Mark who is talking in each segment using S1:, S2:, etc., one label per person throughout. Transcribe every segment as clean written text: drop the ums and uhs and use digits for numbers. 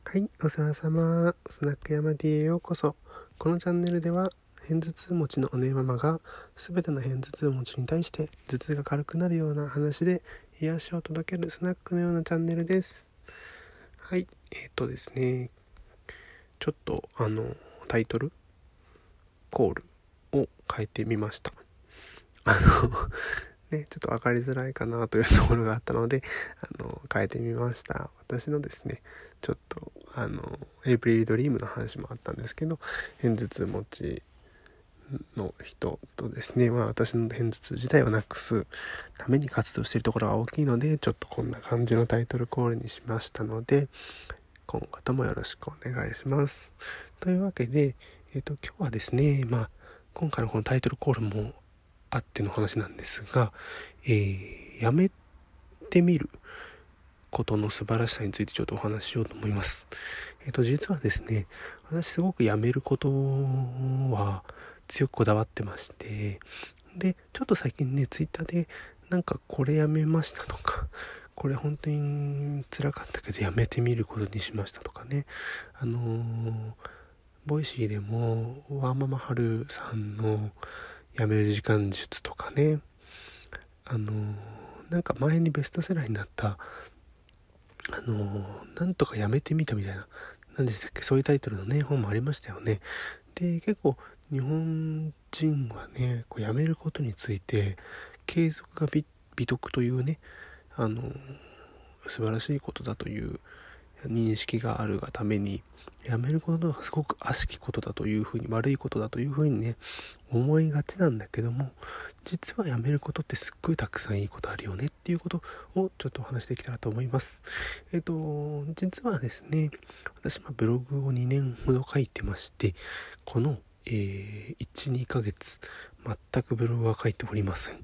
S1: はい、お世話様。スナック山 D へようこそ。このチャンネルでは、片頭痛持ちのおねえママが、すべての片頭痛持ちに対して、頭痛が軽くなるような話で、癒しを届けるスナックのようなチャンネルです。はい、ですね、ちょっと、タイトルコールを変えてみました。ちょっと分かりづらいかなというところがあったので変えてみました。私のですね、ちょっとエイプリルドリームの話もあったんですけど、片頭痛持ちの人とですね、私の片頭痛自体をなくすために活動しているところが大きいので、ちょっとこんな感じのタイトルコールにしましたので、今後ともよろしくお願いします。というわけで、今日はですね、今回のこのタイトルコールもあっての話なんですが、やめてみることの素晴らしさについてちょっとお話ししようと思います。実はですね、私すごくやめることは強くこだわってまして、で、ちょっと最近ね、ツイッターでなんかこれやめましたとか、これ本当に辛かったけどやめてみることにしましたとかね、ボイシーでもワーママハルさんのやめる時間術とかね、なんか前にベストセラーになったなんとかやめてみたみたいな、何でしたっけ、そういうタイトルのね本もありましたよね。で、結構日本人はね、こうやめることについて継続が美徳というね、素晴らしいことだという認識があるがために、やめることがすごく悪しきことだというふうに、悪いことだというふうにね、思いがちなんだけども、実はやめることってすっごいたくさんいいことあるよねっていうことをちょっとお話しできたらと思います。実はですね、私はブログを2年ほど書いてまして、この、1、2ヶ月、全くブログは書いておりません。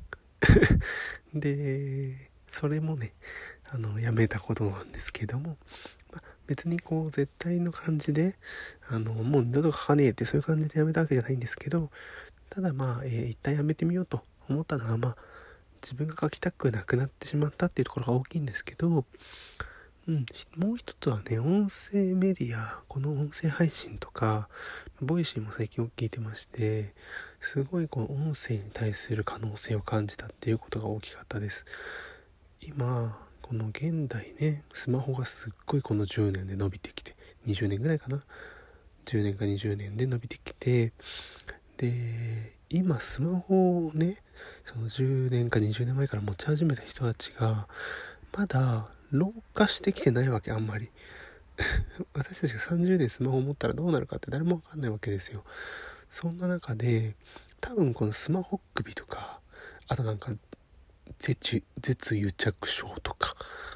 S1: で、それもね、やめたことなんですけども、別にこう絶対の感じでもう二度と書かねえってそういう感じでやめたわけじゃないんですけど、ただ一旦やめてみようと思ったのは、自分が書きたくなくなってしまったっていうところが大きいんですけど、もう一つはね、音声メディア、この音声配信とかボイシーも最近聞いてまして、すごいこの音声に対する可能性を感じたっていうことが大きかったです。今この現代ね、スマホがすっごいこの10年で伸びてきて、20年ぐらいかな、10年か20年で伸びてきて、で今スマホをね、その10年か20年前から持ち始めた人たちがまだ老化してきてないわけ、あんまり私たちが30年スマホを持ったらどうなるかって誰もわかんないわけですよ。そんな中で多分このスマホ首とか、あとなんか舌癒着症とか、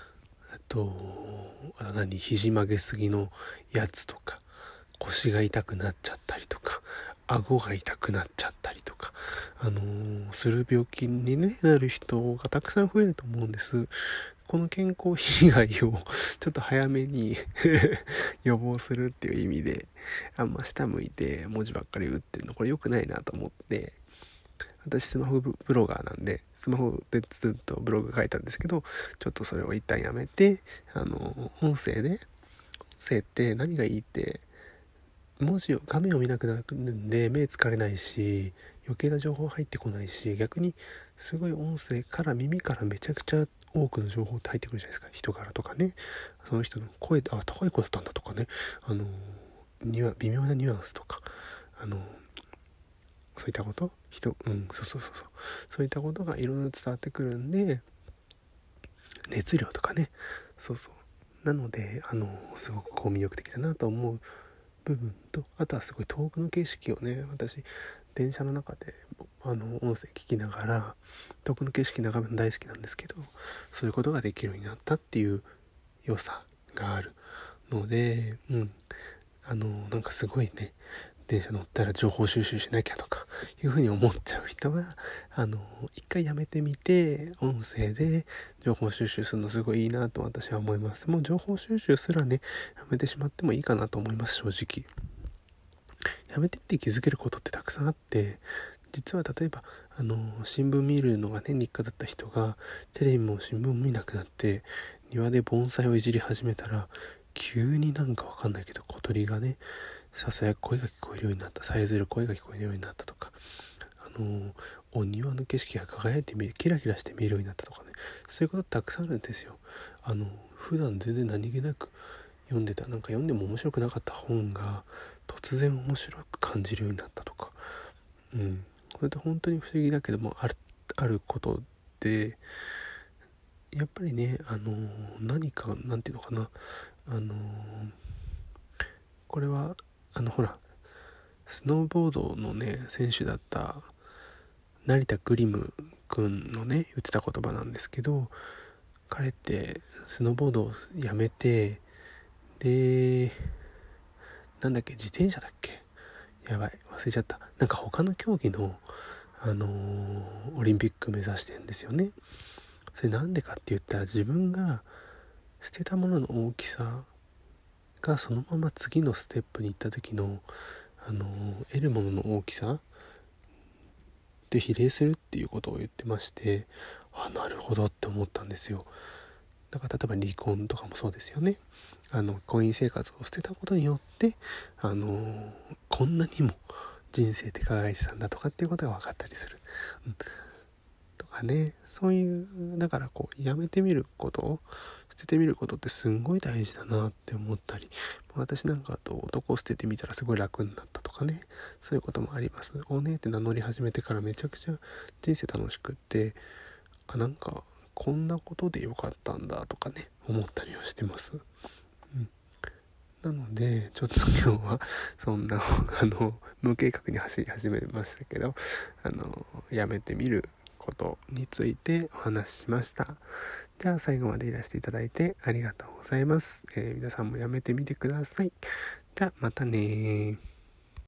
S1: 肘曲げすぎのやつとか、腰が痛くなっちゃったりとか、顎が痛くなっちゃったりとか、する病気に、なる人がたくさん増えると思うんです。この健康被害をちょっと早めに予防するっていう意味で、下向いて文字ばっかり打ってるの、これ良くないなと思って、私スマホブロガーなんで、スマホでずっとブログ書いたんですけど、ちょっとそれを一旦やめて、音声って何がいいって、画面を見なくなるんで目疲れないし、余計な情報入ってこないし、逆にすごい音声から耳からめちゃくちゃ多くの情報って入ってくるじゃないですか。人柄とかね、その人の声、高い声だったんだとかね、微妙なニュアンスとか、そういったことそういったことがいろいろ伝わってくるんで、熱量とかね、なのですごくこう魅力的だなと思う部分と、あとはすごい遠くの景色をね、私電車の中で音声聞きながら遠くの景色眺めるの大好きなんですけど、そういうことができるようになったっていう良さがあるので、なんかすごいね、電車乗ったら情報収集しなきゃとかいうふうに思っちゃう人は一回やめてみて、音声で情報収集するのすごいいいなと私は思います。もう情報収集すらね、やめてしまってもいいかなと思います。正直やめてみて気づけることってたくさんあって、実は例えば新聞見るのがね日課だった人がテレビも新聞も見なくなって庭で盆栽をいじり始めたら、 急になんかわかんないけど小鳥がねささやく声が聞こえるようになった、さえずる声が聞こえるようになったとか、お庭の景色が輝いて見る、キラキラして見えるようになったとかね、そういうことたくさんあるんですよ。普段全然何気なく読んでた、なんか読んでも面白くなかった本が突然面白く感じるようになったとか、これって本当に不思議だけどもあることで、やっぱりね何かなんていうのかな、これはほらスノーボードのね選手だった成田グリム君のね言ってた言葉なんですけど、彼ってスノーボードをやめて、でなんだっけ、自転車だっけ、やばい忘れちゃった、なんか他の競技のオリンピック目指してんですよね。それなんでかって言ったら、自分が捨てたものの大きさがそのまま次のステップに行った時の得るものの大きさで比例するっていうことを言ってまして、なるほどって思ったんですよ。だから例えば離婚とかもそうですよね。婚姻生活を捨てたことによってこんなにも人生って輝いてたんだとかっていうことが分かったりする、とかね、そういうだからやめてみること、捨ててみることってすんごい大事だなって思ったり、私なんかだと男を捨ててみたらすごい楽になったとかね、そういうこともあります。おねえって名乗り始めてからめちゃくちゃ人生楽しくって、なんかこんなことでよかったんだとかね思ったりはしてます。なのでちょっと今日はそんな無計画に走り始めましたけど、やめてみることについてお話ししました。じゃあ最後までいらしていただいてありがとうございます。皆さんもやめてみてください。じゃあまたね。